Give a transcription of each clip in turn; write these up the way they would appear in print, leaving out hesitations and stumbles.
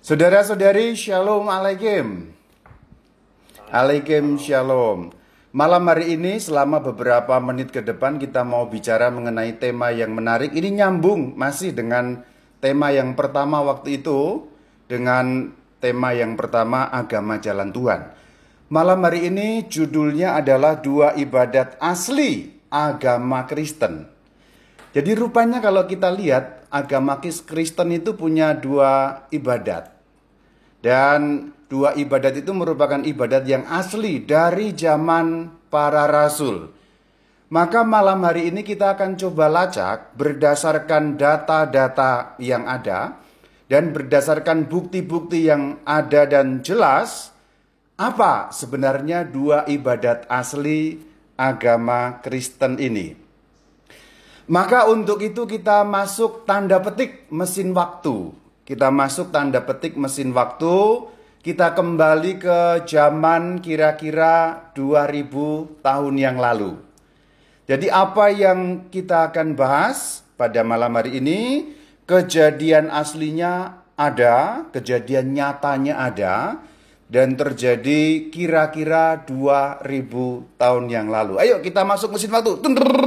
Saudara-saudari, Shalom Alaikum. Alaikum Shalom. Malam hari ini selama beberapa menit ke depan kita mau bicara mengenai tema yang menarik. Ini nyambung masih dengan tema yang pertama waktu itu. Dengan tema yang pertama, agama jalan Tuhan. Malam hari ini judulnya adalah dua ibadat asli agama Kristen. Jadi rupanya kalau kita lihat agama Kristen itu punya dua ibadat. Dan dua ibadat itu merupakan ibadat yang asli dari zaman para rasul. Maka malam hari ini kita akan coba lacak berdasarkan data-data yang ada dan berdasarkan bukti-bukti yang ada dan jelas apa sebenarnya dua ibadat asli agama Kristen ini. Maka untuk itu kita masuk tanda petik mesin waktu. Kita masuk tanda petik mesin waktu, kita kembali ke zaman kira-kira 2000 tahun yang lalu. Jadi apa yang kita akan bahas pada malam hari ini, kejadian aslinya ada, kejadian nyatanya ada, dan terjadi kira-kira 2000 tahun yang lalu. Ayo kita masuk mesin waktu.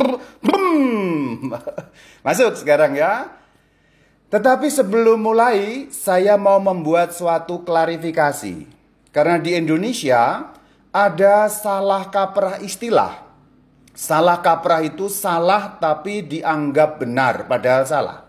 Masuk sekarang ya. Tetapi sebelum mulai, saya mau membuat suatu klarifikasi. Karena di Indonesia ada salah kaprah istilah. Salah kaprah itu salah tapi dianggap benar, padahal salah.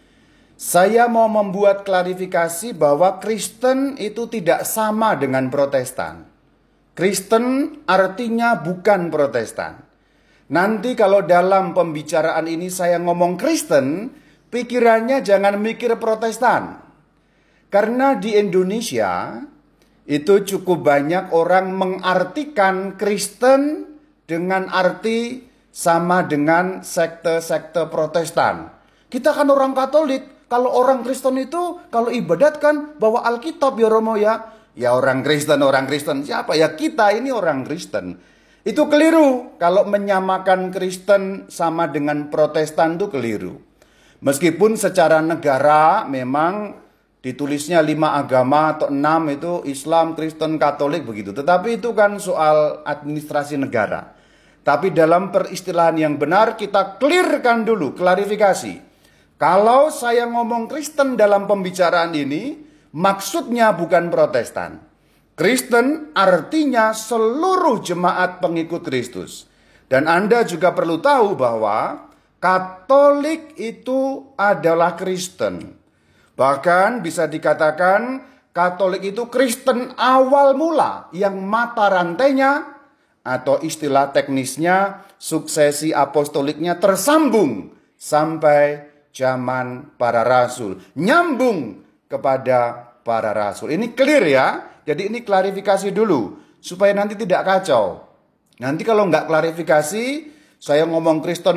Saya mau membuat klarifikasi bahwa Kristen itu tidak sama dengan Protestan. Kristen artinya bukan Protestan. Nanti kalau dalam pembicaraan ini saya ngomong Kristen, pikirannya jangan mikir Protestan. Karena di Indonesia itu cukup banyak orang mengartikan Kristen dengan arti sama dengan sekte-sekte Protestan. Kita kan orang Katolik, kalau orang Kristen itu kalau ibadat kan bawa Alkitab ya Romo ya. Ya orang Kristen siapa? Ya kita ini orang Kristen. Itu keliru. Kalau menyamakan Kristen sama dengan Protestan itu keliru. Meskipun secara negara memang ditulisnya 5 agama atau 6 itu Islam, Kristen, Katolik begitu. Tetapi itu kan soal administrasi negara. Tapi dalam peristilahan yang benar kita clearkan dulu, klarifikasi. Kalau saya ngomong Kristen dalam pembicaraan ini, maksudnya bukan Protestan. Kristen artinya seluruh jemaat pengikut Kristus. Dan Anda juga perlu tahu bahwa Katolik itu adalah Kristen. Bahkan bisa dikatakan Katolik itu Kristen awal mula yang mata rantainya atau istilah teknisnya suksesi apostoliknya tersambung sampai zaman para rasul. Nyambung kepada para rasul. Ini clear ya. Jadi ini klarifikasi dulu supaya nanti tidak kacau. Nanti kalau nggak klarifikasi, saya ngomong Kristen,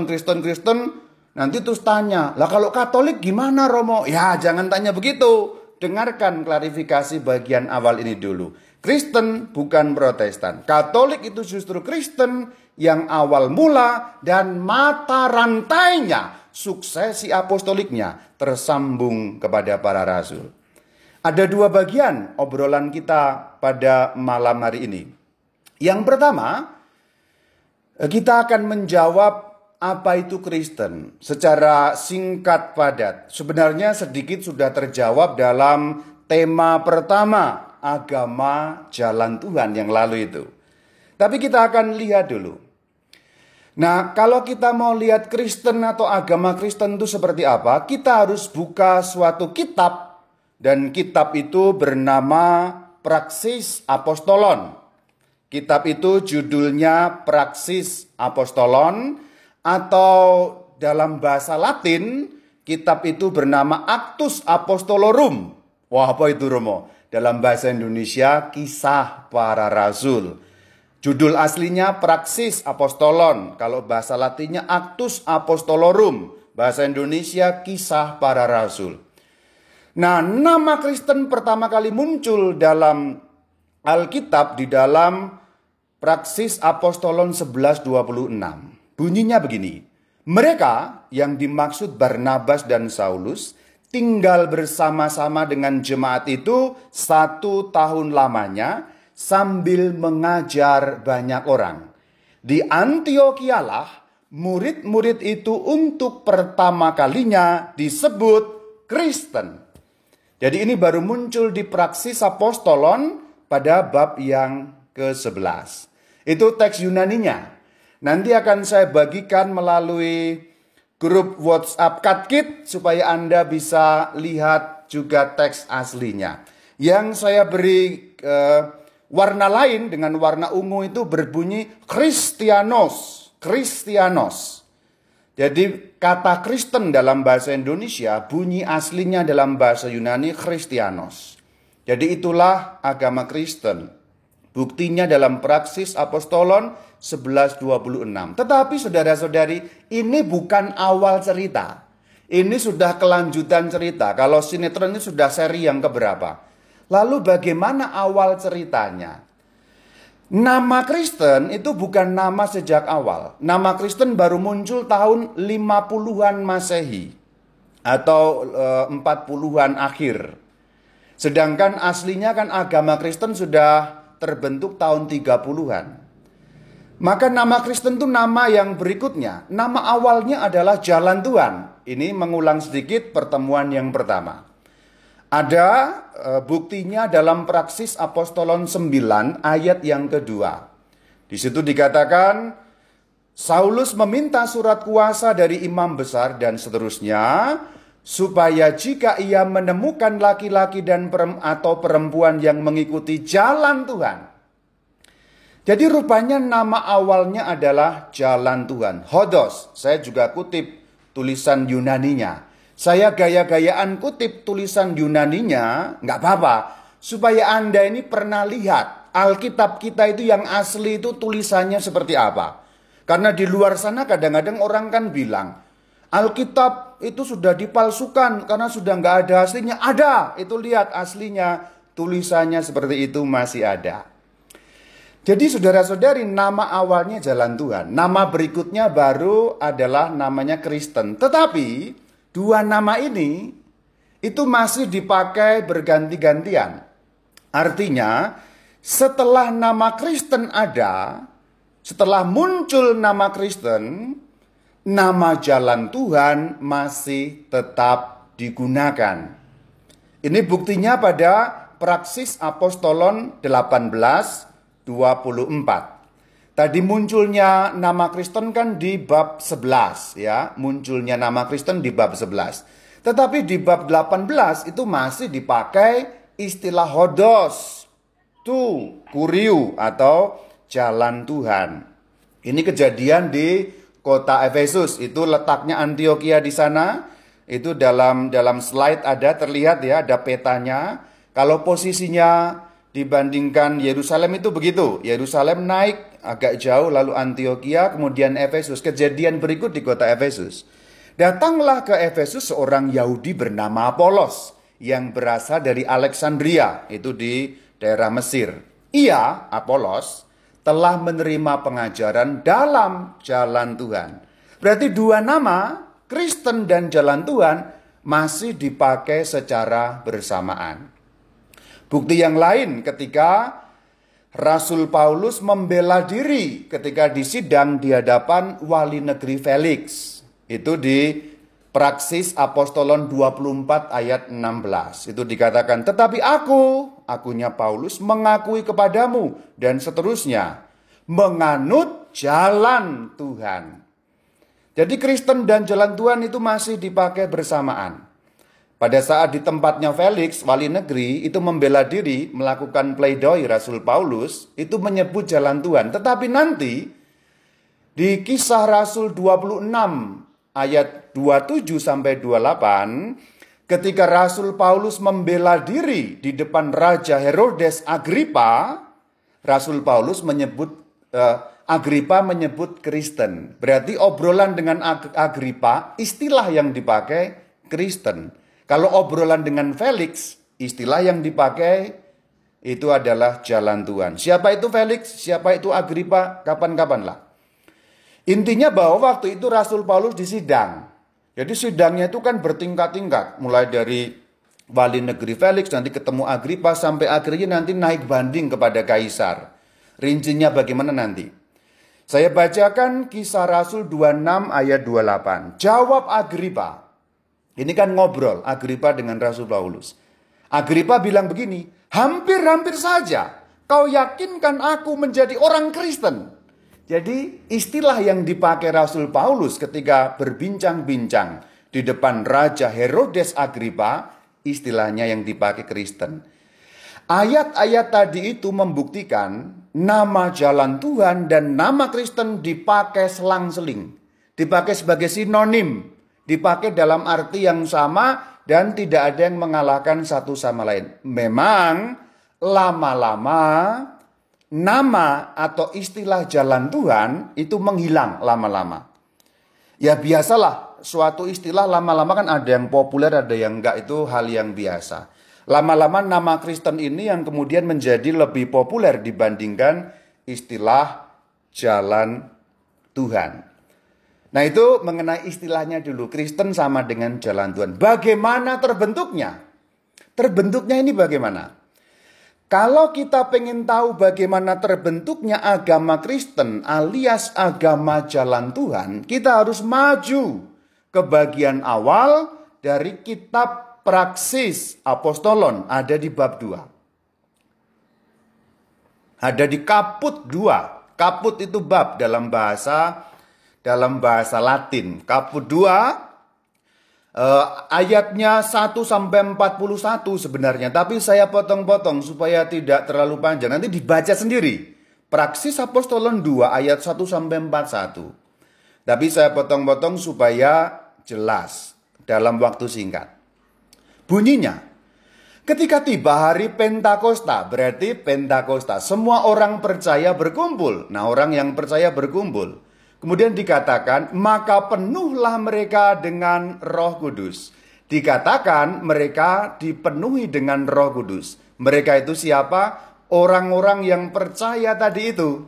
nanti terus tanya, lah kalau Katolik gimana Romo? Ya jangan tanya begitu, dengarkan klarifikasi bagian awal ini dulu. Kristen bukan Protestan, Katolik itu justru Kristen yang awal mula dan mata rantainya, suksesi apostoliknya tersambung kepada para rasul. Ada dua bagian obrolan kita pada malam hari ini. Yang pertama, kita akan menjawab apa itu Kristen secara singkat padat. Sebenarnya sedikit sudah terjawab dalam tema pertama, agama jalan Tuhan yang lalu itu. Tapi kita akan lihat dulu. Nah, kalau kita mau lihat Kristen atau agama Kristen itu seperti apa, kita harus buka suatu kitab. Dan kitab itu bernama Praksis Apostolon. Kitab itu judulnya Praksis Apostolon, atau dalam bahasa Latin kitab itu bernama Actus Apostolorum. Wah, apa itu Romo? Dalam bahasa Indonesia Kisah Para Rasul. Judul aslinya Praksis Apostolon. Kalau bahasa Latinnya Actus Apostolorum. Bahasa Indonesia Kisah Para Rasul. Nah, nama Kristen pertama kali muncul dalam Alkitab di dalam Praksis Apostolon 11:26. Bunyinya begini. Mereka yang dimaksud Barnabas dan Saulus tinggal bersama-sama dengan jemaat itu 1 tahun lamanya sambil mengajar banyak orang. Di Antiokialah murid-murid itu untuk pertama kalinya disebut Kristen. Jadi ini baru muncul di Praksis Apostolon pada bab yang ke-11. Itu teks Yunaninya. Nanti akan saya bagikan melalui grup WhatsApp Katkit supaya Anda bisa lihat juga teks aslinya. Yang saya beri warna lain dengan warna ungu itu berbunyi Christianos. Kristianos. Jadi kata Kristen dalam bahasa Indonesia bunyi aslinya dalam bahasa Yunani Christianos. Jadi itulah agama Kristen. Buktinya dalam Praksis Apostolon 11:26. Tetapi saudara-saudari, ini bukan awal cerita. Ini sudah kelanjutan cerita. Kalau sinetron ini sudah seri yang keberapa. Lalu bagaimana awal ceritanya? Nama Kristen itu bukan nama sejak awal. Nama Kristen baru muncul tahun 50-an Masehi atau 40-an akhir. Sedangkan aslinya kan agama Kristen sudah terbentuk tahun 30-an. Maka nama Kristen itu nama yang berikutnya. Nama awalnya adalah Jalan Tuhan. Ini mengulang sedikit pertemuan yang pertama. Ada buktinya dalam Praksis Apostolon 9 ayat yang kedua. Di situ dikatakan, Saulus meminta surat kuasa dari imam besar dan seterusnya, supaya jika ia menemukan laki-laki dan atau perempuan yang mengikuti jalan Tuhan. Jadi rupanya nama awalnya adalah Jalan Tuhan. Hodos, saya juga kutip tulisan Yunaninya. Saya gaya-gayaan kutip tulisan Yunaninya, nggak apa-apa. Supaya Anda ini pernah lihat Alkitab kita itu yang asli itu tulisannya seperti apa. Karena di luar sana kadang-kadang orang kan bilang, Alkitab itu sudah dipalsukan karena sudah nggak ada aslinya. Ada, itu lihat aslinya, tulisannya seperti itu masih ada. Jadi saudara-saudari, nama awalnya Jalan Tuhan. Nama berikutnya baru adalah namanya Kristen. Tetapi dua nama ini itu masih dipakai berganti-gantian. Artinya setelah nama Kristen ada, setelah muncul nama Kristen, nama Jalan Tuhan masih tetap digunakan. Ini buktinya pada Praksis Apostolon 18:24. Tadi munculnya nama Kristen kan di bab 11 ya, munculnya nama Kristen di bab 11. Tetapi di bab 18 itu masih dipakai istilah hodos, kuriu atau jalan Tuhan. Ini kejadian di kota Efesus, itu letaknya Antioquia di sana. Itu dalam slide ada terlihat ya, ada petanya. Kalau posisinya dibandingkan Yerusalem itu begitu. Yerusalem naik agak jauh, lalu Antioquia, kemudian Efesus. Kejadian berikut di kota Efesus. Datanglah ke Efesus seorang Yahudi bernama Apolos yang berasal dari Alexandria, itu di daerah Mesir. Ia, Apolos, telah menerima pengajaran dalam jalan Tuhan. Berarti dua nama, Kristen dan jalan Tuhan, masih dipakai secara bersamaan. Bukti yang lain ketika Rasul Paulus membela diri ketika disidang di hadapan wali negeri Felix. Itu di Praksis Apostolon 24 ayat 16. Itu dikatakan, tetapi akunya Paulus mengakui kepadamu dan seterusnya, menganut jalan Tuhan. Jadi Kristen dan jalan Tuhan itu masih dipakai bersamaan. Pada saat di tempatnya Felix, wali negeri, itu membela diri, melakukan pleidoy Rasul Paulus, itu menyebut jalan Tuhan. Tetapi nanti, di Kisah Rasul 26, ayat 27-28, ketika Rasul Paulus membela diri di depan Raja Herodes Agripa, Rasul Paulus menyebut, Agripa menyebut Kristen. Berarti obrolan dengan Agripa, istilah yang dipakai Kristen. Kalau obrolan dengan Felix, istilah yang dipakai itu adalah jalan Tuhan. Siapa itu Felix? Siapa itu Agripa? Kapan-kapan lah. Intinya bahwa waktu itu Rasul Paulus disidang. Jadi sidangnya itu kan bertingkat-tingkat, mulai dari wali negeri Felix, nanti ketemu Agripa, sampai akhirnya nanti naik banding kepada kaisar. Rincinya bagaimana nanti? Saya bacakan Kisah Rasul 26 ayat 28. Jawab Agripa. Ini kan ngobrol Agripa dengan Rasul Paulus. Agripa bilang begini, hampir-hampir saja kau yakinkan aku menjadi orang Kristen. Jadi istilah yang dipakai Rasul Paulus ketika berbincang-bincang di depan Raja Herodes Agripa, istilahnya yang dipakai Kristen. Ayat-ayat tadi itu membuktikan nama jalan Tuhan dan nama Kristen dipakai selang-seling. Dipakai sebagai sinonim. Dipakai dalam arti yang sama dan tidak ada yang mengalahkan satu sama lain. Memang lama-lama nama atau istilah jalan Tuhan itu menghilang lama-lama. Ya biasalah, suatu istilah lama-lama kan ada yang populer, ada yang enggak, itu hal yang biasa. Lama-lama nama Kristen ini yang kemudian menjadi lebih populer dibandingkan istilah jalan Tuhan. Nah itu mengenai istilahnya dulu, Kristen sama dengan jalan Tuhan. Bagaimana terbentuknya? Terbentuknya ini bagaimana? Kalau kita pengen tahu bagaimana terbentuknya agama Kristen alias agama jalan Tuhan, kita harus maju ke bagian awal dari kitab Praksis Apostolon, ada di bab 2. Ada di kaput 2. Kaput itu bab dalam bahasa Latin. Kaput 2 ayatnya 1 sampai 41 sebenarnya, tapi saya potong-potong supaya tidak terlalu panjang. Nanti dibaca sendiri. Praksis Apostolon 2 ayat 1 sampai 41. Tapi saya potong-potong supaya jelas dalam waktu singkat. Bunyinya, ketika tiba hari Pentakosta, berarti Pentakosta, semua orang percaya berkumpul. Nah, orang yang percaya berkumpul. Kemudian dikatakan, maka penuhlah mereka dengan Roh Kudus. Dikatakan mereka dipenuhi dengan Roh Kudus. Mereka itu siapa? Orang-orang yang percaya tadi itu.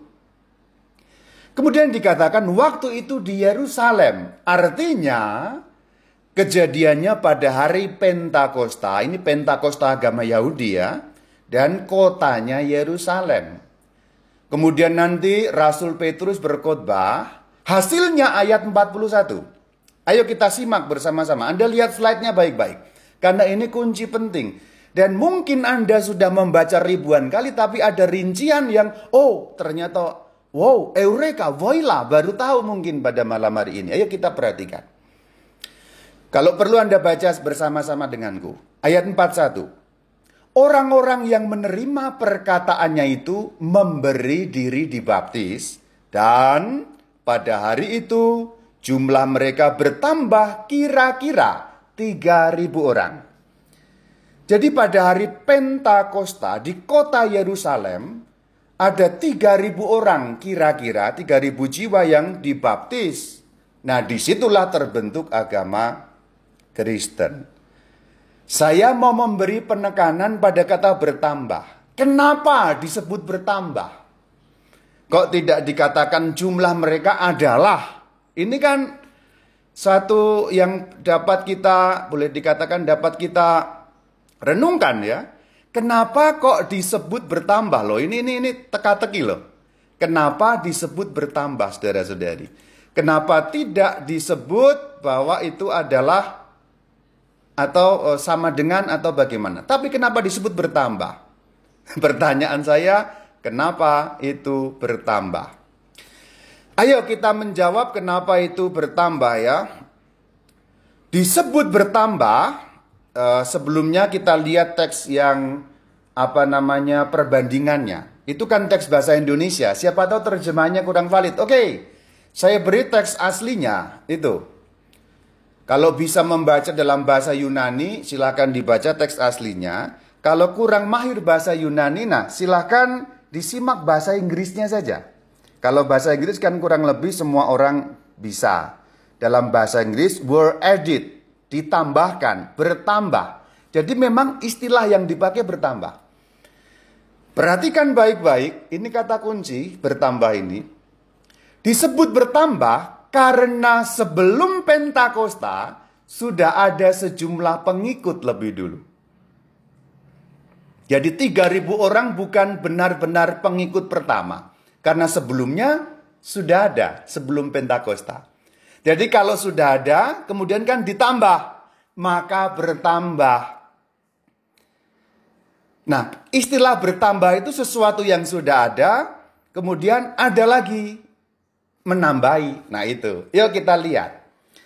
Kemudian dikatakan waktu itu di Yerusalem. Artinya kejadiannya pada hari Pentakosta. Ini Pentakosta agama Yahudi ya. Dan kotanya Yerusalem. Kemudian nanti Rasul Petrus berkhotbah. Hasilnya ayat 41. Ayo kita simak bersama-sama. Anda lihat slide-nya baik-baik. Karena ini kunci penting. Dan mungkin Anda sudah membaca ribuan kali. Tapi ada rincian yang, oh ternyata, wow, eureka, voila. Baru tahu mungkin pada malam hari ini. Ayo kita perhatikan. Kalau perlu Anda baca bersama-sama denganku. Ayat 41. Orang-orang yang menerima perkataannya itu memberi diri dibaptis. Dan pada hari itu jumlah mereka bertambah kira-kira 3.000 orang. Jadi pada hari Pentakosta di kota Yerusalem ada 3.000 orang kira-kira 3.000 jiwa yang dibaptis. Nah disitulah terbentuk agama Kristen. Saya mau memberi penekanan pada kata bertambah. Kenapa disebut bertambah? Kok tidak dikatakan jumlah mereka adalah? Ini kan satu yang dapat kita, boleh dikatakan dapat kita renungkan ya. Kenapa kok disebut bertambah loh? Ini teka-teki loh. Kenapa disebut bertambah saudara-saudari? Kenapa tidak disebut bahwa itu adalah atau sama dengan atau bagaimana? Tapi kenapa disebut bertambah? Pertanyaan saya, kenapa itu bertambah? Ayo kita menjawab kenapa itu bertambah ya. Disebut bertambah, sebelumnya kita lihat teks yang perbandingannya. Itu kan teks bahasa Indonesia. Siapa tahu terjemahannya kurang valid. Oke, saya beri teks aslinya itu. Kalau bisa membaca dalam bahasa Yunani, silakan dibaca teks aslinya. Kalau kurang mahir bahasa Yunani, nah silakan disimak bahasa Inggrisnya saja. Kalau bahasa Inggris kan kurang lebih semua orang bisa. Dalam bahasa Inggris, were added, ditambahkan, bertambah. Jadi memang istilah yang dipakai bertambah. Perhatikan baik-baik, ini kata kunci bertambah ini. Disebut bertambah Karena sebelum Pentakosta sudah ada sejumlah pengikut lebih dulu. Jadi 3.000 orang bukan benar-benar pengikut pertama. Karena sebelumnya sudah ada sebelum Pentakosta. Jadi kalau sudah ada, kemudian kan ditambah, maka bertambah. Nah, istilah bertambah itu sesuatu yang sudah ada, kemudian ada lagi menambahi. Nah itu, yuk kita lihat.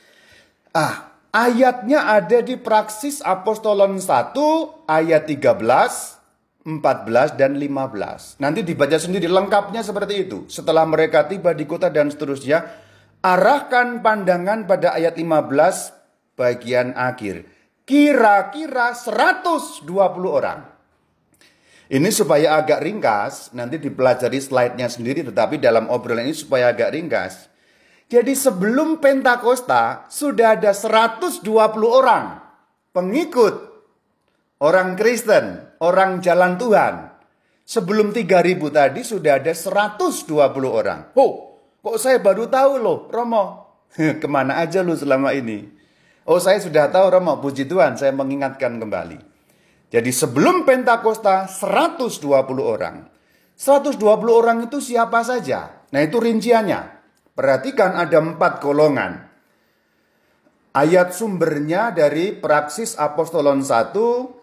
Ayatnya ada di Praksis Apostolon 1 ayat 13, 14 dan 15. Nanti dibaca sendiri lengkapnya seperti itu. Setelah mereka tiba di kota dan seterusnya, arahkan pandangan pada ayat 15 bagian akhir. Kira-kira 120 orang. Ini supaya agak ringkas, nanti dipelajari slide-nya sendiri, tetapi dalam obrolan ini supaya agak ringkas. Jadi sebelum Pentakosta sudah ada 120 orang pengikut, orang Kristen, orang jalan Tuhan. Sebelum 3.000 tadi sudah ada 120 orang. Kok saya baru tahu loh, Romo? Kemana aja lu selama ini? Saya sudah tahu, Romo, puji Tuhan, saya mengingatkan kembali. Jadi sebelum Pentakosta 120 orang. 120 orang itu siapa saja? Nah itu rinciannya. Perhatikan ada 4 golongan. Ayat sumbernya dari Praksis Apostolon 1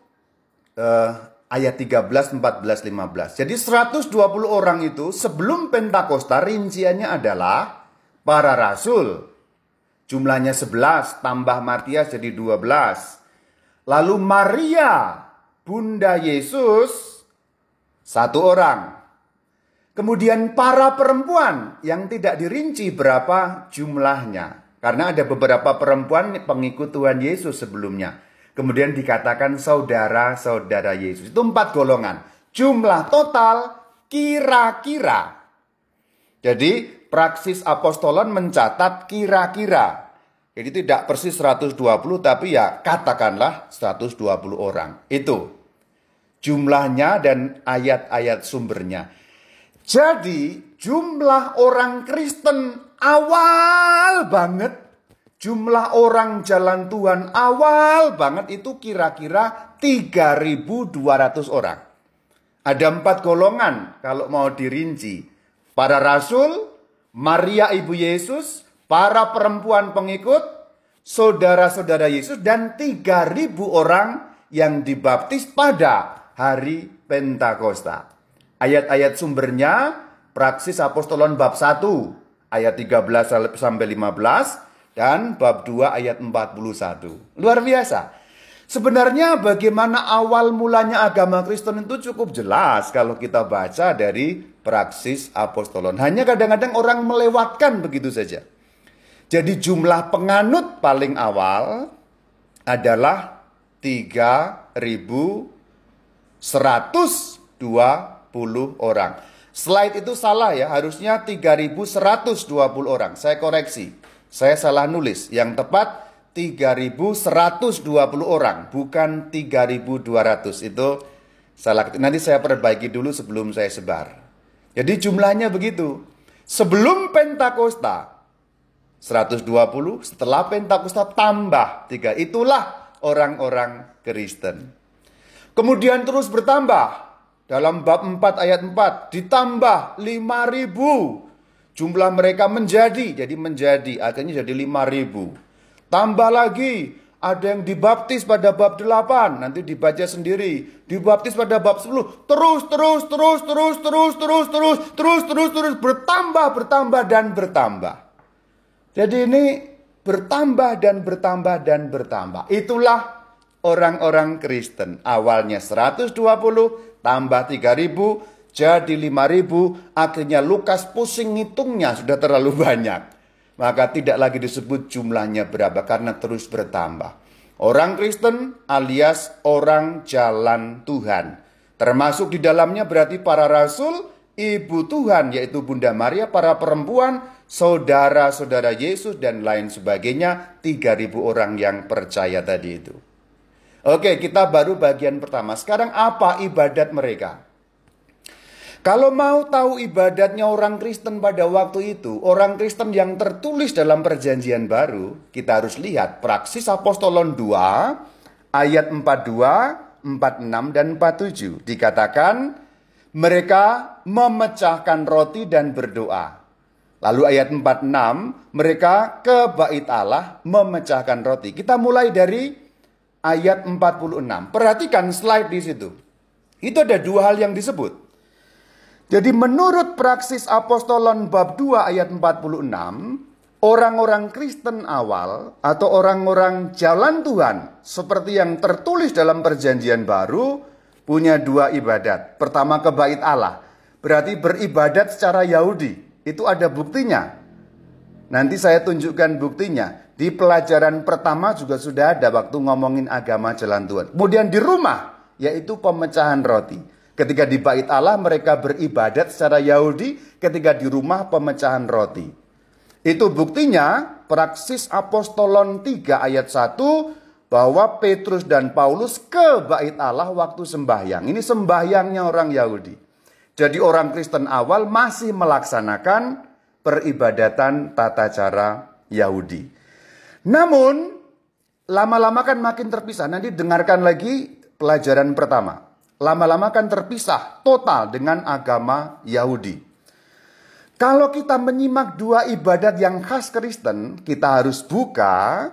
ayat 13, 14, 15. Jadi 120 orang itu sebelum Pentakosta rinciannya adalah para rasul. Jumlahnya 11 tambah Matias jadi 12. Lalu Maria, Bunda Yesus, 1 orang. Kemudian para perempuan yang tidak dirinci berapa jumlahnya. Karena ada beberapa perempuan pengikut Tuhan Yesus sebelumnya. Kemudian dikatakan saudara-saudara Yesus. Itu 4 golongan. Jumlah total kira-kira. Jadi Praksis Apostolon mencatat kira-kira. Jadi tidak persis 120 tapi ya katakanlah 120 orang. Itu jumlahnya dan ayat-ayat sumbernya. Jadi jumlah orang Kristen awal banget, jumlah orang jalan Tuhan awal banget itu kira-kira 3.200 orang. Ada 4 golongan kalau mau dirinci. Para rasul, Maria ibu Yesus, para perempuan pengikut, saudara-saudara Yesus, dan 3.000 orang yang dibaptis pada hari Pentakosta. Ayat-ayat sumbernya Praksis Apostolon bab 1 ayat 13 sampai 15 dan bab 2 ayat 41. Luar biasa. Sebenarnya bagaimana awal mulanya agama Kristen itu cukup jelas kalau kita baca dari Praksis Apostolon. Hanya kadang-kadang orang melewatkan begitu saja. Jadi jumlah penganut paling awal adalah 3.120 orang. Slide itu salah ya, harusnya 3.120 orang. Saya koreksi, saya salah nulis. Yang tepat 3.120 orang, bukan 3.200. Itu salah. Nanti saya perbaiki dulu sebelum saya sebar. Jadi jumlahnya begitu. Sebelum Pentakosta 120, setelah Pentakosta tambah 3. Itulah orang-orang Kristen. Kemudian terus bertambah. Dalam bab 4 ayat 4 ditambah 5.000. Jumlah mereka menjadi akhirnya jadi 5.000. Tambah lagi ada yang dibaptis pada bab 8, nanti dibaca sendiri. Dibaptis pada bab 10. Terus bertambah dan bertambah. Jadi ini bertambah dan bertambah dan bertambah. Itulah orang-orang Kristen. Awalnya 120 tambah 3.000 jadi 5.000. Akhirnya Lukas pusing ngitungnya, sudah terlalu banyak. Maka tidak lagi disebut jumlahnya berapa karena terus bertambah. Orang Kristen alias orang jalan Tuhan. Termasuk di dalamnya berarti para rasul, ibu Tuhan yaitu Bunda Maria, para perempuan, saudara-saudara Yesus dan lain sebagainya. 3.000 orang yang percaya tadi itu. Oke, kita baru bagian pertama. Sekarang apa ibadat mereka? Kalau mau tahu ibadatnya orang Kristen pada waktu itu, orang Kristen yang tertulis dalam Perjanjian Baru, kita harus lihat Praksis Apostolon 2 ayat 42, 46 dan 47. Dikatakan mereka memecahkan roti dan berdoa. Lalu ayat 46, mereka ke bait Allah memecahkan roti. Kita mulai dari ayat 46. Perhatikan slide di situ. Itu ada dua hal yang disebut. Jadi menurut Praksis Apostolon bab 2 ayat 46, orang-orang Kristen awal atau orang-orang jalan Tuhan seperti yang tertulis dalam Perjanjian Baru punya dua ibadat. Pertama ke bait Allah, berarti beribadat secara Yahudi. Itu ada buktinya. Nanti saya tunjukkan buktinya. Di pelajaran pertama juga sudah ada waktu ngomongin agama jalan Tuhan. Kemudian di rumah, yaitu pemecahan roti. Ketika di bait Allah mereka beribadat secara Yahudi, ketika di rumah pemecahan roti. Itu buktinya Praksis Apostolon 3 ayat 1 bahwa Petrus dan Paulus ke bait Allah waktu sembahyang. Ini sembahyangnya orang Yahudi. Jadi orang Kristen awal masih melaksanakan peribadatan tata cara Yahudi. Namun lama-lama kan makin terpisah. Nanti dengarkan lagi pelajaran pertama. Lama-lama kan terpisah total dengan agama Yahudi. Kalau kita menyimak dua ibadat yang khas Kristen, kita harus buka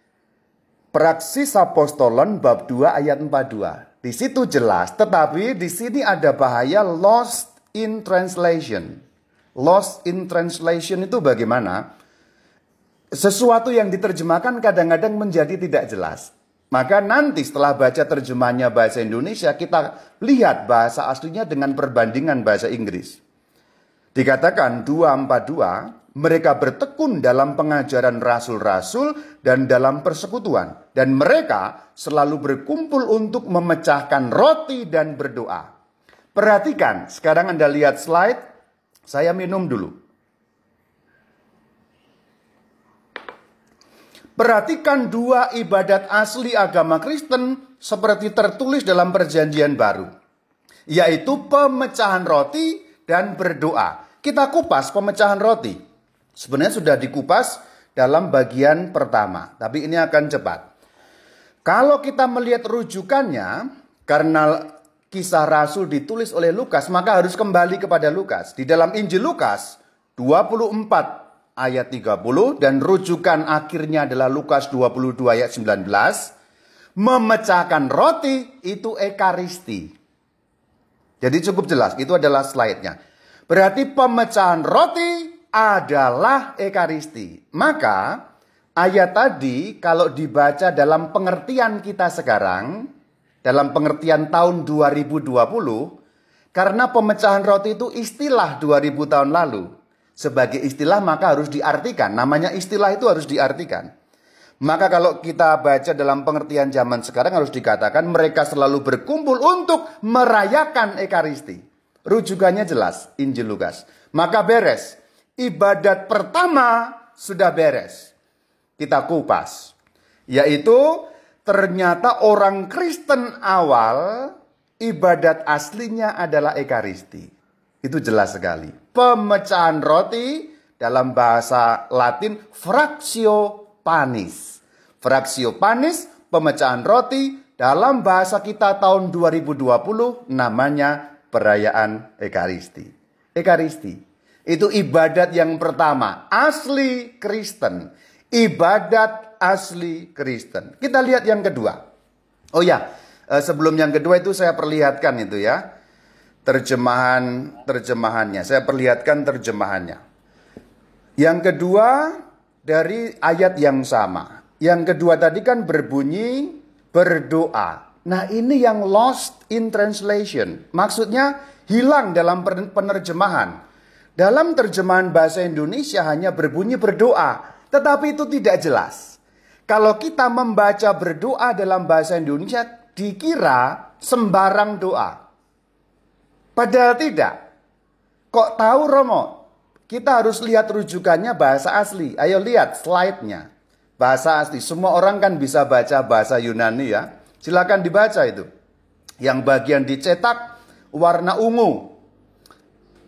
Praksis Apostolon bab 2 ayat 42. Di situ jelas, tetapi di sini ada bahaya lost in translation. Lost in translation itu bagaimana? Sesuatu yang diterjemahkan kadang-kadang menjadi tidak jelas. Maka nanti setelah baca terjemahannya bahasa Indonesia, kita lihat bahasa aslinya dengan perbandingan bahasa Inggris. Dikatakan 242, mereka bertekun dalam pengajaran rasul-rasul dan dalam persekutuan. Dan mereka selalu berkumpul untuk memecahkan roti dan berdoa. Perhatikan, sekarang Anda lihat slide, saya minum dulu. Perhatikan dua ibadat asli agama Kristen seperti tertulis dalam Perjanjian Baru, yaitu pemecahan roti dan berdoa. Kita kupas pemecahan roti. Sebenarnya sudah dikupas dalam bagian pertama, tapi ini akan cepat. Kalau kita melihat rujukannya, karena Kisah Rasul ditulis oleh Lukas, maka harus kembali kepada Lukas. Di dalam Injil Lukas 24 ayat 30 dan rujukan akhirnya adalah Lukas 22 ayat 19. Memecahkan roti itu ekaristi. Jadi cukup jelas, itu adalah slide-nya. Berarti pemecahan roti adalah ekaristi. Maka ayat tadi kalau dibaca dalam pengertian kita sekarang, dalam pengertian tahun 2020, karena pemecahan roti itu istilah 2000 tahun lalu. Sebagai istilah maka harus diartikan. Namanya istilah itu harus diartikan. Maka kalau kita baca dalam pengertian zaman sekarang harus dikatakan mereka selalu berkumpul untuk merayakan ekaristi. Rujukannya jelas, Injil Lukas. Maka beres. Ibadat pertama sudah beres. Kita kupas. Yaitu ternyata orang Kristen awal ibadat aslinya adalah ekaristi. Itu jelas sekali. Pemecahan roti dalam bahasa Latin fractio panis. Fractio panis, pemecahan roti, dalam bahasa kita tahun 2020 namanya perayaan Ekaristi. Ekaristi itu ibadat yang pertama, asli Kristen. Ibadat asli Kristen. Kita lihat yang kedua. Oh ya, sebelum yang kedua itu saya perlihatkan itu ya. Terjemahannya. Saya perlihatkan terjemahannya. Yang kedua dari ayat yang sama. Yang kedua tadi kan berbunyi berdoa. Nah ini yang lost in translation. Maksudnya hilang dalam penerjemahan. Dalam terjemahan bahasa Indonesia hanya berbunyi berdoa. Tetapi itu tidak jelas. Kalau kita membaca berdoa dalam bahasa Indonesia dikira sembarang doa. Padahal tidak. Kok tahu Romo? Kita harus lihat rujukannya bahasa asli. Ayo lihat slide-nya. Bahasa asli. Semua orang kan bisa baca bahasa Yunani ya. Silakan dibaca itu. Yang bagian dicetak warna ungu.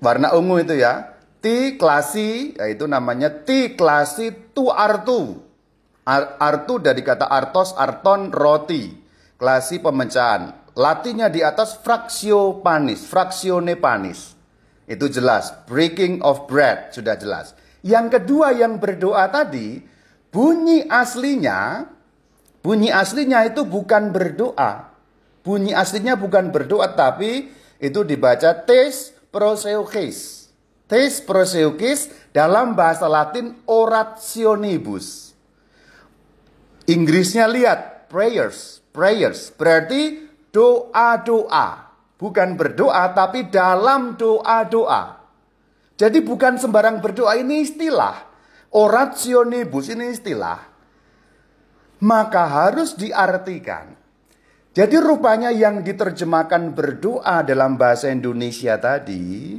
Warna ungu itu ya. Ti klasi, yaitu namanya ti klasi tu artu. Artu dari kata artos, arton, roti. Klasi pemecahan. Latinnya di atas fraksio panis, fraksione panis. Itu jelas. Breaking of bread, sudah jelas. Yang kedua yang berdoa tadi, bunyi aslinya itu bukan berdoa. Bunyi aslinya bukan berdoa, tapi itu dibaca tes proseukis. Tes proseukis dalam bahasa Latin orationibus. Inggrisnya lihat, prayers. Berarti doa-doa. Bukan berdoa, tapi dalam doa-doa. Jadi bukan sembarang berdoa, ini istilah. Orationibus ini istilah. Maka harus diartikan. Jadi rupanya yang diterjemahkan berdoa dalam bahasa Indonesia tadi,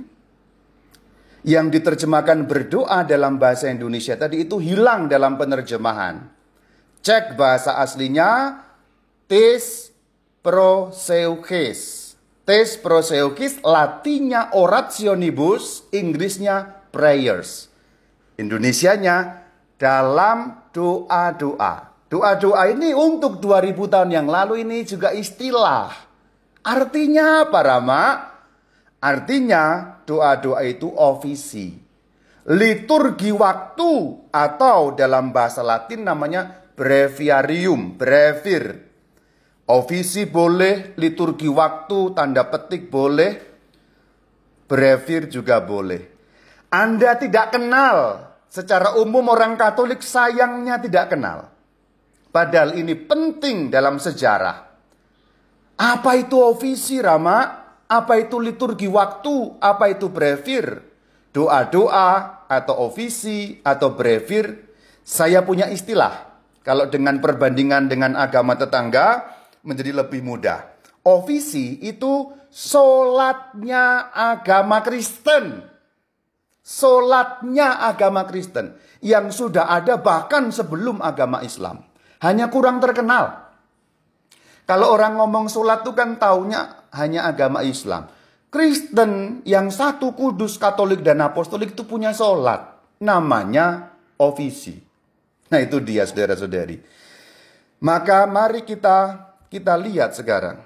itu hilang dalam penerjemahan. Cek bahasa aslinya, tes proseukis. Tes proseukis, Latinnya orationibus, Inggrisnya prayers. Indonesianya dalam doa-doa. Doa-doa ini untuk 2000 tahun yang lalu ini juga istilah. Artinya apa, Rama? Artinya doa-doa itu ofisi. Liturgi waktu atau dalam bahasa Latin namanya breviarium, brevir. Ofisi boleh, liturgi waktu, tanda petik boleh, brevir juga boleh. Anda tidak kenal, secara umum orang Katolik sayangnya tidak kenal. Padahal ini penting dalam sejarah. Apa itu ofisi, Rama? Apa itu liturgi waktu? Apa itu brevir? Doa-doa atau ofisi atau brevir, saya punya istilah. Kalau dengan perbandingan dengan agama tetangga, menjadi lebih mudah. Ofisi itu solatnya agama Kristen. Solatnya agama Kristen. Yang sudah ada bahkan sebelum agama Islam. Hanya kurang terkenal. Kalau orang ngomong solat itu kan taunya hanya agama Islam. Kristen yang satu kudus, Katolik dan Apostolik itu punya solat. Namanya ofisi. Nah itu dia saudara-saudari. Maka mari kita lihat sekarang.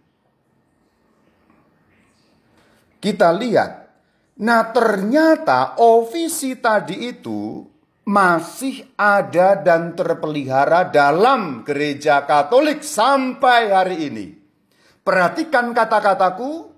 Kita lihat. Nah ternyata ofisi tadi itu masih ada dan terpelihara dalam gereja Katolik sampai hari ini. Perhatikan kata-kataku.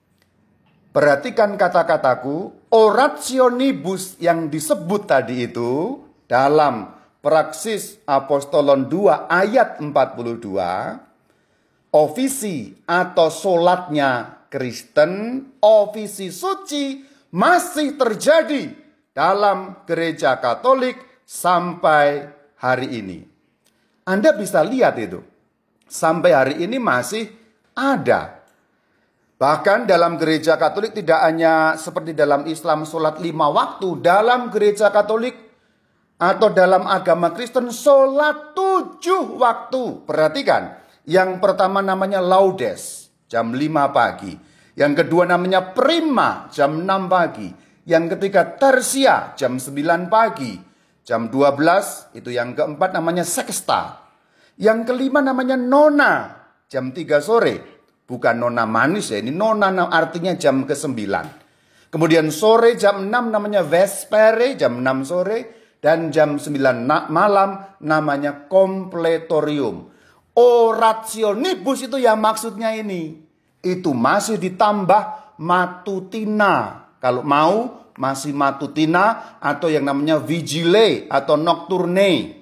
Orationibus yang disebut tadi itu dalam Praksis Apostolon 2 ayat 42. Ofisi atau solatnya Kristen, ofisi suci masih terjadi dalam gereja Katolik sampai hari ini. Anda bisa lihat itu. Sampai hari ini masih ada. Bahkan dalam gereja Katolik tidak hanya seperti dalam Islam solat 5 waktu. Dalam gereja Katolik atau dalam agama Kristen solat 7 waktu. Perhatikan. Yang pertama namanya laudes, jam 5 pagi. Yang kedua namanya prima, jam 6 pagi. Yang ketiga tersia, jam 9 pagi. Jam 12, itu yang keempat namanya sexta. Yang kelima namanya nona, jam 3 sore. Bukan nona manis ya, ini nona artinya jam ke-9. Kemudian sore jam 6 namanya vespere, jam 6 sore. Dan jam 9 malam namanya completorium. Orationibus itu yang maksudnya ini. Itu masih ditambah matutina. Kalau mau masih matutina atau yang namanya vigile atau nocturne.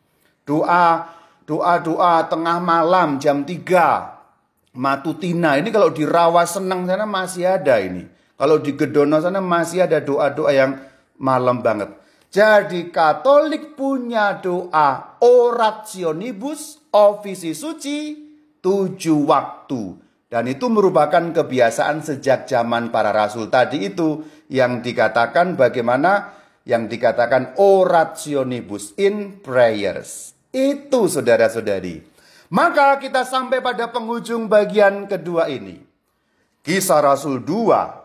Doa tengah malam jam 3. Matutina. Ini kalau di Rawaseneng sana masih ada ini. Kalau di Gedono sana masih ada doa-doa yang malam banget. Jadi Katolik punya doa orationibus, ofisi suci, 7 waktu. Dan itu merupakan kebiasaan sejak zaman para rasul tadi itu. Yang dikatakan bagaimana? Yang dikatakan orationibus in prayers. Itu saudara-saudari. Maka kita sampai pada penghujung bagian kedua ini. Kisah Rasul 2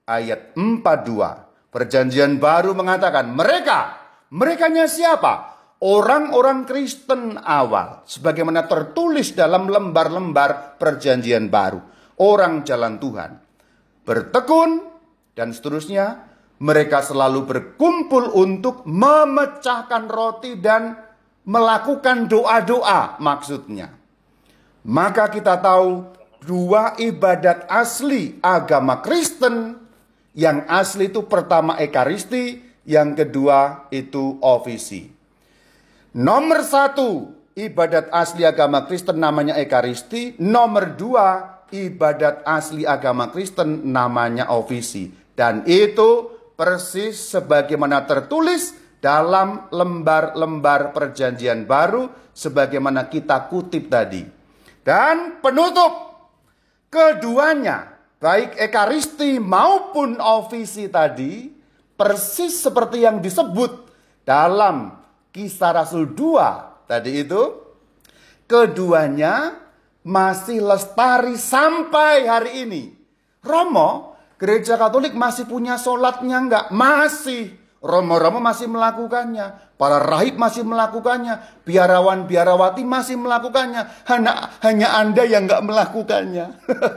ayat 42. Perjanjian baru mengatakan merekanya siapa? Orang-orang Kristen awal, sebagaimana tertulis dalam lembar-lembar perjanjian baru. Orang jalan Tuhan, bertekun, dan seterusnya. Mereka selalu berkumpul untuk memecahkan roti dan melakukan doa-doa maksudnya. Maka kita tahu dua ibadat asli agama Kristen. Yang asli itu pertama Ekaristi, yang kedua itu ofisi. Nomor 1 ibadat asli agama Kristen namanya Ekaristi. Nomor 2 ibadat asli agama Kristen namanya ofisi. Dan itu persis sebagaimana tertulis dalam lembar-lembar perjanjian baru sebagaimana kita kutip tadi. Dan penutup, keduanya baik Ekaristi maupun ofisi tadi persis seperti yang disebut dalam Kisah Rasul 2 tadi itu, keduanya masih lestari sampai hari ini. Romo, Gereja Katolik masih punya sholatnya enggak? Masih. Romo-romo masih melakukannya. Para rahib masih melakukannya. Biarawan-biarawati masih melakukannya. Hanya Anda yang enggak melakukannya.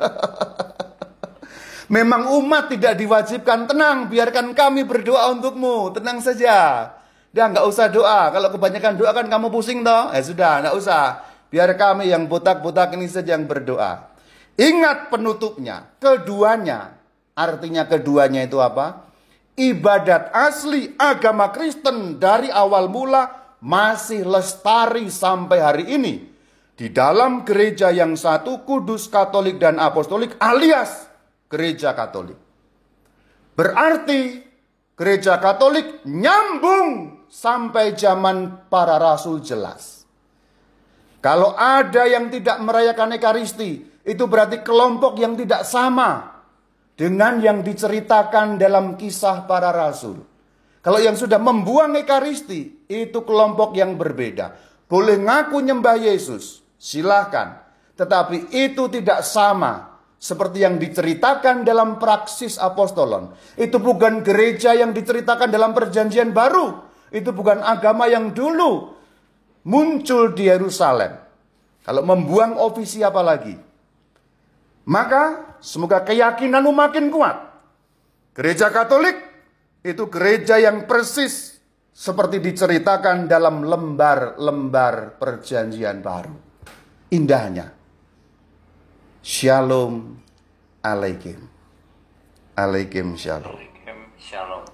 Memang umat tidak diwajibkan. Tenang, biarkan kami berdoa untukmu. Tenang saja. Dah enggak usah doa. Kalau kebanyakan doa kan kamu pusing toh. Sudah, enggak usah. Biar kami yang botak-botak ini saja yang berdoa. Ingat penutupnya. Keduanya. Artinya keduanya itu apa? Ibadat asli agama Kristen dari awal mula masih lestari sampai hari ini. Di dalam gereja yang satu, kudus, katolik, dan apostolik alias gereja Katolik. Berarti gereja Katolik nyambung sampai zaman para rasul jelas. Kalau ada yang tidak merayakan Ekaristi, itu berarti kelompok yang tidak sama dengan yang diceritakan dalam Kisah Para Rasul. Kalau yang sudah membuang Ekaristi, itu kelompok yang berbeda. Boleh ngaku nyembah Yesus, silahkan. Tetapi itu tidak sama seperti yang diceritakan dalam praksis apostolon. Itu bukan gereja yang diceritakan dalam perjanjian baru. Itu bukan agama yang dulu muncul di Yerusalem. Kalau membuang ofisi apa lagi? Maka semoga keyakinanmu makin kuat. Gereja Katolik itu gereja yang persis seperti diceritakan dalam lembar-lembar perjanjian baru. Indahnya. Shalom alaikum. Alaikum shalom. Shalom.